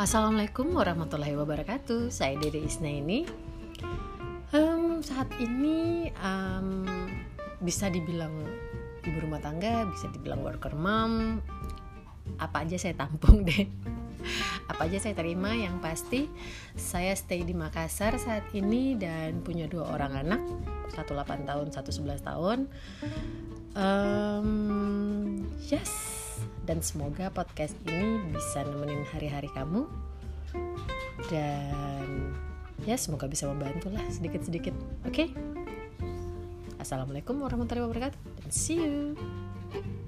Assalamualaikum warahmatullahi wabarakatuh. Saya Dede Isnaini. Saat ini bisa dibilang ibu rumah tangga, bisa dibilang worker mom. Apa aja saya tampung deh. Apa aja saya terima. Yang pasti saya stay di Makassar saat ini dan punya 2 orang anak, satu 8 tahun, satu 11 tahun. Yes. Dan semoga podcast ini bisa nemenin hari-hari kamu. Dan ya semoga bisa membantu lah sedikit-sedikit. Oke? Assalamualaikum warahmatullahi wabarakatuh. Dan see you.